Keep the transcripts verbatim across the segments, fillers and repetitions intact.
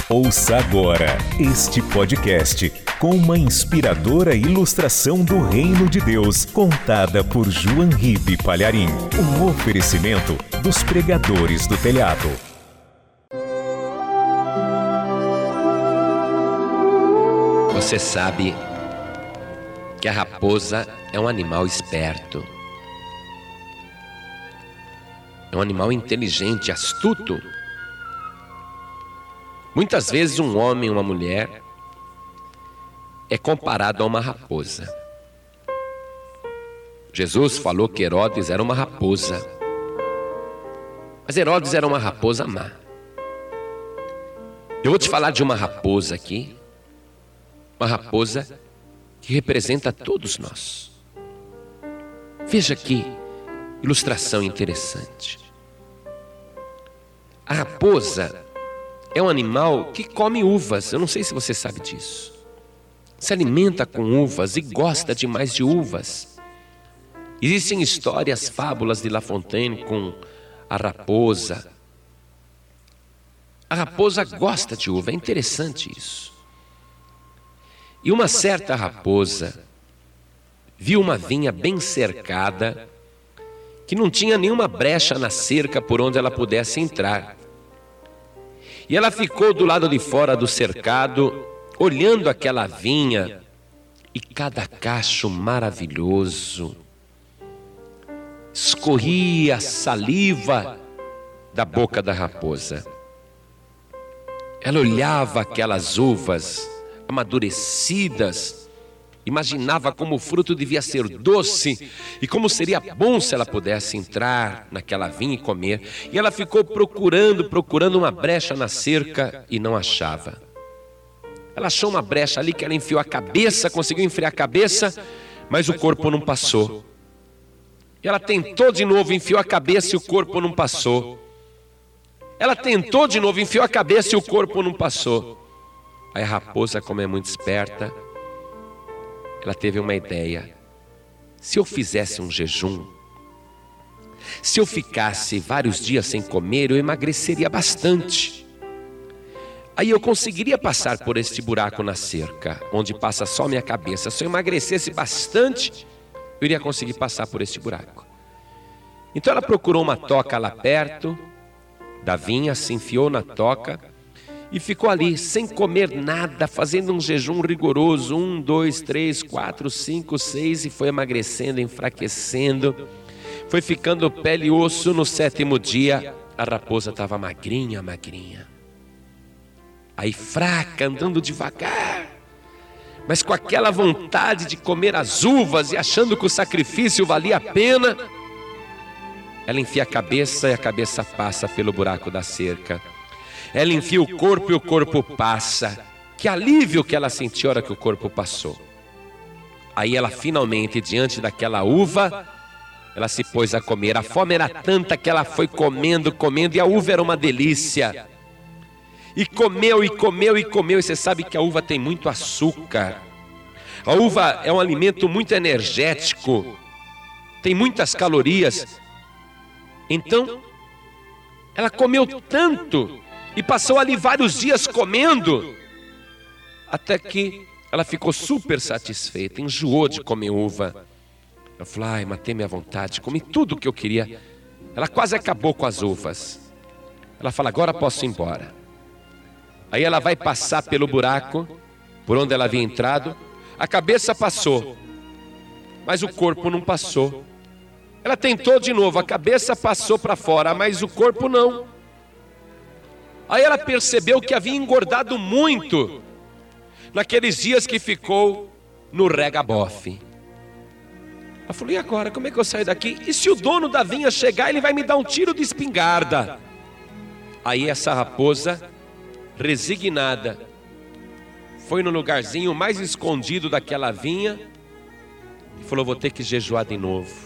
Ouça agora este podcast com uma inspiradora ilustração do Reino de Deus, contada por João Ribe Palharim. Um oferecimento dos Pregadores do Telhado. Você sabe que a raposa é um animal esperto. É um animal inteligente, astuto. Muitas vezes um homem ou uma mulher é comparado a uma raposa. Jesus falou que Herodes era uma raposa. Mas Herodes era uma raposa má. Eu vou te falar de uma raposa aqui. Uma raposa que representa todos nós. Veja que ilustração interessante. A raposa é um animal que come uvas. Eu não sei se você sabe disso. Se alimenta com uvas e gosta demais de uvas. Existem histórias, fábulas de La Fontaine com a raposa. A raposa gosta de uva, é interessante isso. E uma certa raposa viu uma vinha bem cercada, que não tinha nenhuma brecha na cerca por onde ela pudesse entrar. E ela ficou do lado de fora do cercado, olhando aquela vinha e cada cacho maravilhoso. Escorria a saliva da boca da raposa. Ela olhava aquelas uvas amadurecidas, imaginava como o fruto devia ser doce e como seria bom se ela pudesse entrar naquela vinha e comer. E ela ficou procurando, procurando uma brecha na cerca e não achava. Ela achou uma brecha ali que ela enfiou a cabeça, conseguiu enfiar a cabeça, mas o corpo não passou. E ela tentou de novo, enfiou a cabeça e o corpo não passou. Ela tentou de novo, enfiou a cabeça e o corpo não passou. Aí a raposa, como é muito esperta, ela teve uma ideia. Se eu fizesse um jejum, se eu ficasse vários dias sem comer, eu emagreceria bastante. Aí eu conseguiria passar por este buraco na cerca, onde passa só minha cabeça. Se eu emagrecesse bastante, eu iria conseguir passar por este buraco. Então ela procurou uma toca lá perto da vinha, se enfiou na toca e ficou ali, sem comer nada, fazendo um jejum rigoroso. Um, dois, três, quatro, cinco, seis. E foi emagrecendo, enfraquecendo. Foi ficando pele e osso. No sétimo dia, a raposa estava magrinha, magrinha. Aí fraca, andando devagar. Mas com aquela vontade de comer as uvas e achando que o sacrifício valia a pena. Ela enfia a cabeça e a cabeça passa pelo buraco da cerca. Ela enfia o corpo e o corpo passa. Que alívio que ela sentiu a hora que o corpo passou. Aí ela finalmente, diante daquela uva, ela se pôs a comer. A fome era tanta que ela foi comendo, comendo, e a uva era uma delícia. E comeu, e comeu, e comeu. E você sabe que a uva tem muito açúcar. A uva é um alimento muito energético. Tem muitas calorias. Então, ela comeu tanto e passou ali vários dias comendo, até que ela ficou super satisfeita, enjoou de comer uva. Ela falou, ai, matei minha vontade, comi tudo o que eu queria. Ela quase acabou com as uvas. Ela fala, agora posso ir embora. Aí ela vai passar pelo buraco, por onde ela havia entrado. A cabeça passou, mas o corpo não passou. Ela tentou de novo, a cabeça passou para fora, mas o corpo não. Aí ela percebeu que havia engordado muito naqueles dias que ficou no regabofe. Ela falou, e agora, como é que eu saio daqui? E se o dono da vinha chegar, ele vai me dar um tiro de espingarda? Aí essa raposa, resignada, foi no lugarzinho mais escondido daquela vinha e falou, vou ter que jejuar de novo.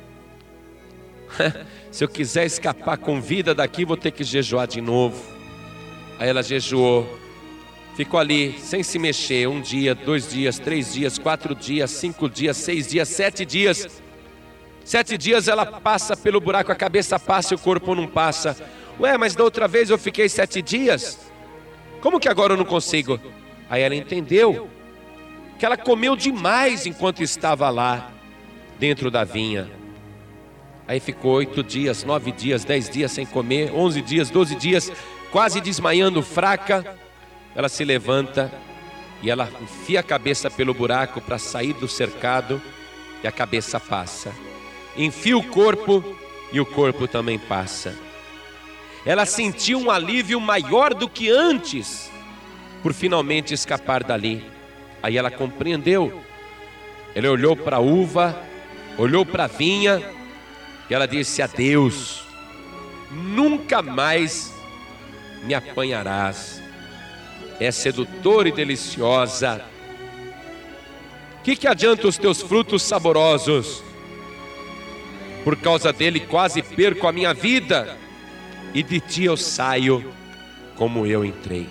Se eu quiser escapar com vida daqui, vou ter que jejuar de novo. Aí ela jejuou, ficou ali sem se mexer, um dia, dois dias, três dias, quatro dias, cinco dias, seis dias, sete dias. Sete dias ela passa pelo buraco, a cabeça passa e o corpo não passa. Ué, mas da outra vez eu fiquei sete dias? Como que agora eu não consigo? Aí ela entendeu que ela comeu demais enquanto estava lá, dentro da vinha. Aí ficou oito dias, nove dias, dez dias sem comer, onze dias, doze dias, quase desmaiando, fraca. Ela se levanta e ela enfia a cabeça pelo buraco para sair do cercado e a cabeça passa. Enfia o corpo e o corpo também passa. Ela sentiu um alívio maior do que antes por finalmente escapar dali. Aí ela compreendeu. Ela olhou para a uva, olhou para a vinha e ela disse: adeus, nunca mais me apanharás. É sedutora e deliciosa. O que, que adianta os teus frutos saborosos? Por causa dele quase perco a minha vida, e de ti eu saio como eu entrei.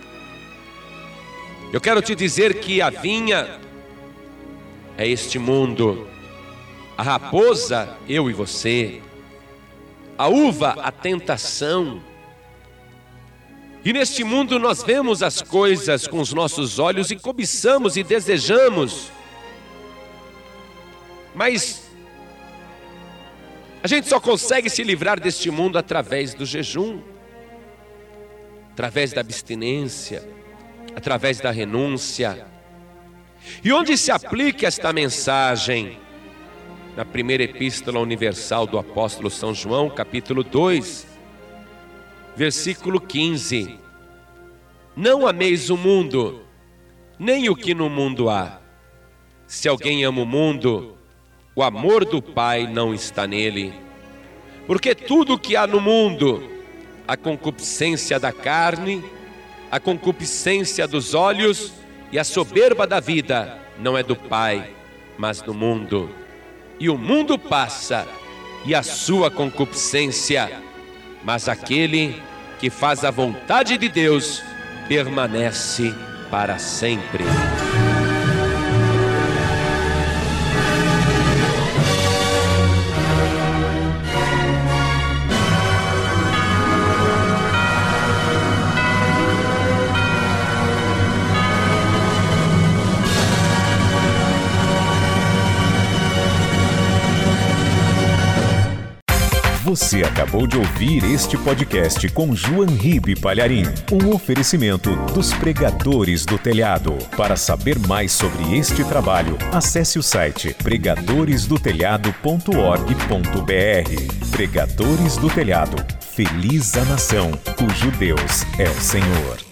Eu quero te dizer que a vinha é este mundo, a raposa, eu e você, a uva, a tentação. E neste mundo nós vemos as coisas com os nossos olhos e cobiçamos e desejamos. Mas a gente só consegue se livrar deste mundo através do jejum, através da abstinência, através da renúncia. E onde se aplica esta mensagem? Na primeira epístola universal do apóstolo São João, capítulo dois, versículo quinze. Não ameis o mundo, nem o que no mundo há. Se alguém ama o mundo, o amor do Pai não está nele. Porque tudo o que há no mundo, a concupiscência da carne, a concupiscência dos olhos e a soberba da vida, não é do Pai, mas do mundo. E o mundo passa, e a sua concupiscência, mas aquele que faz a vontade de Deus permanece para sempre. Você acabou de ouvir este podcast com João Ribe Palharim, um oferecimento dos Pregadores do Telhado. Para saber mais sobre este trabalho, acesse o site pregadores do telhado ponto org ponto br. Pregadores do Telhado, feliz a nação cujo Deus é o Senhor.